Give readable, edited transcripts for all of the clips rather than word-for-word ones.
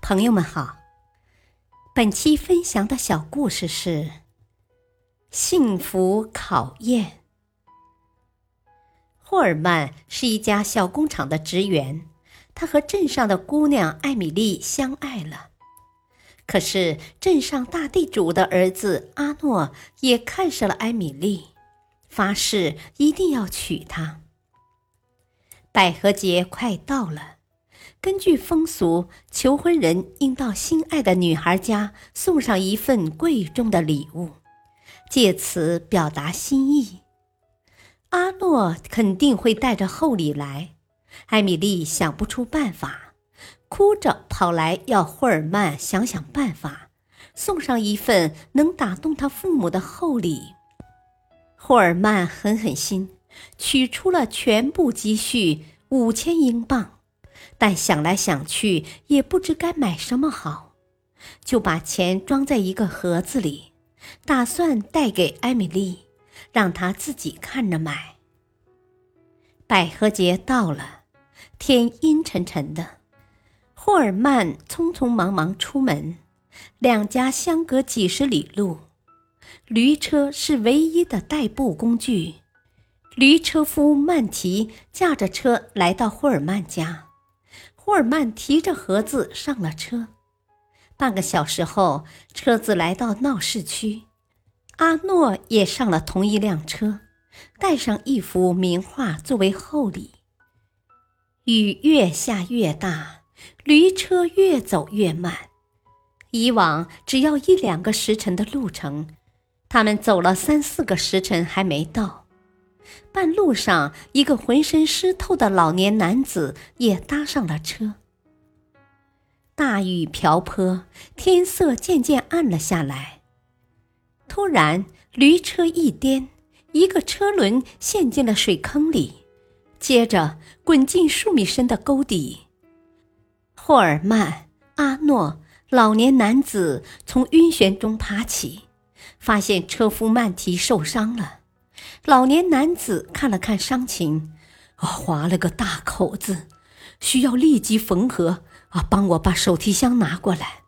朋友们好，本期分享的小故事是幸福考验。霍尔曼是一家小工厂的职员，他和镇上的姑娘艾米丽相爱了。可是镇上大地主的儿子阿诺也看上了艾米丽，发誓一定要娶她。百合节快到了，根据风俗，求婚人应到心爱的女孩家送上一份贵重的礼物，借此表达心意。阿诺肯定会带着厚礼来，艾米丽想不出办法，哭着跑来要霍尔曼想想办法，送上一份能打动他父母的厚礼。霍尔曼狠狠心，取出了全部积蓄5000英镑，但想来想去也不知该买什么好，就把钱装在一个盒子里，打算带给艾米丽，让她自己看着买。百合节到了，天阴沉沉的，霍尔曼匆匆忙忙出门，两家相隔几十里路，驴车是唯一的代步工具。驴车夫曼提驾着车来到霍尔曼家，霍尔曼提着盒子上了车。半个小时后，车子来到闹市区，阿诺也上了同一辆车，带上一幅名画作为厚礼。雨越下越大，驴车越走越慢。以往只要1-2个时辰的路程，他们走了3-4个时辰还没到。半路上，一个浑身湿透的老年男子也搭上了车。大雨瓢泼，天色渐渐暗了下来。突然，驴车一颠，一个车轮陷进了水坑里，接着滚进数米深的沟底。霍尔曼、阿诺、老年男子从晕眩中爬起，发现车夫曼提受伤了。老年男子看了看伤情，划了个大口子，需要立即缝合，帮我把手提箱拿过来。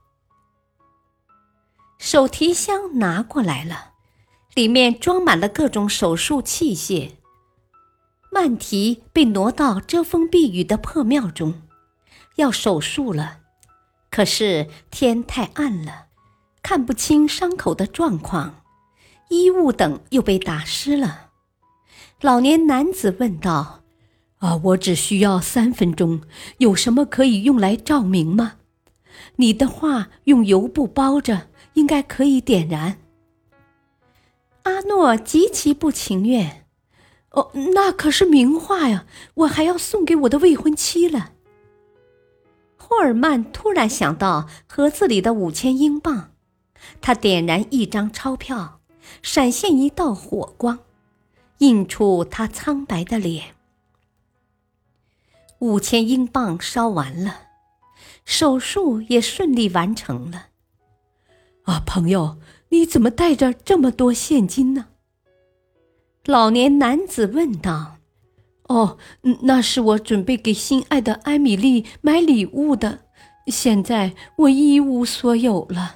手提箱拿过来了，里面装满了各种手术器械。曼提被挪到遮风避雨的破庙中，要手术了。可是天太暗了，看不清伤口的状况，衣物等又被打湿了。老年男子问道：我只需要3分钟，有什么可以用来照明吗？你的画用油布包着，应该可以点燃。阿诺极其不情愿：那可是名画呀，我还要送给我的未婚妻了。霍尔曼突然想到盒子里的5000英镑，他点燃一张钞票，闪现一道火光，映出他苍白的脸。5000英镑烧完了，手术也顺利完成了。朋友，你怎么带着这么多现金呢？老年男子问道。那是我准备给心爱的艾米丽买礼物的，现在我一无所有了。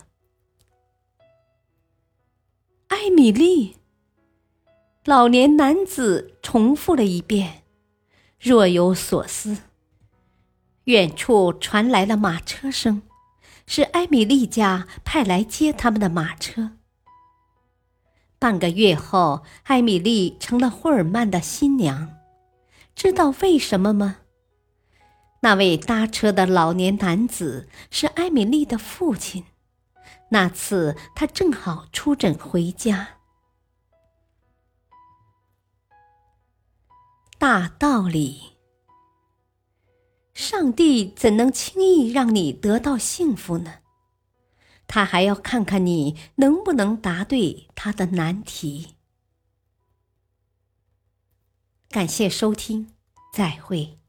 艾米丽，老年男子重复了一遍，若有所思。远处传来了马车声，是艾米丽家派来接他们的马车。半个月后，艾米丽成了霍尔曼的新娘。知道为什么吗？那位搭车的老年男子是艾米丽的父亲，那次他正好出诊回家。大道理，上帝怎能轻易让你得到幸福呢？他还要看看你能不能答对他的难题。感谢收听，再会。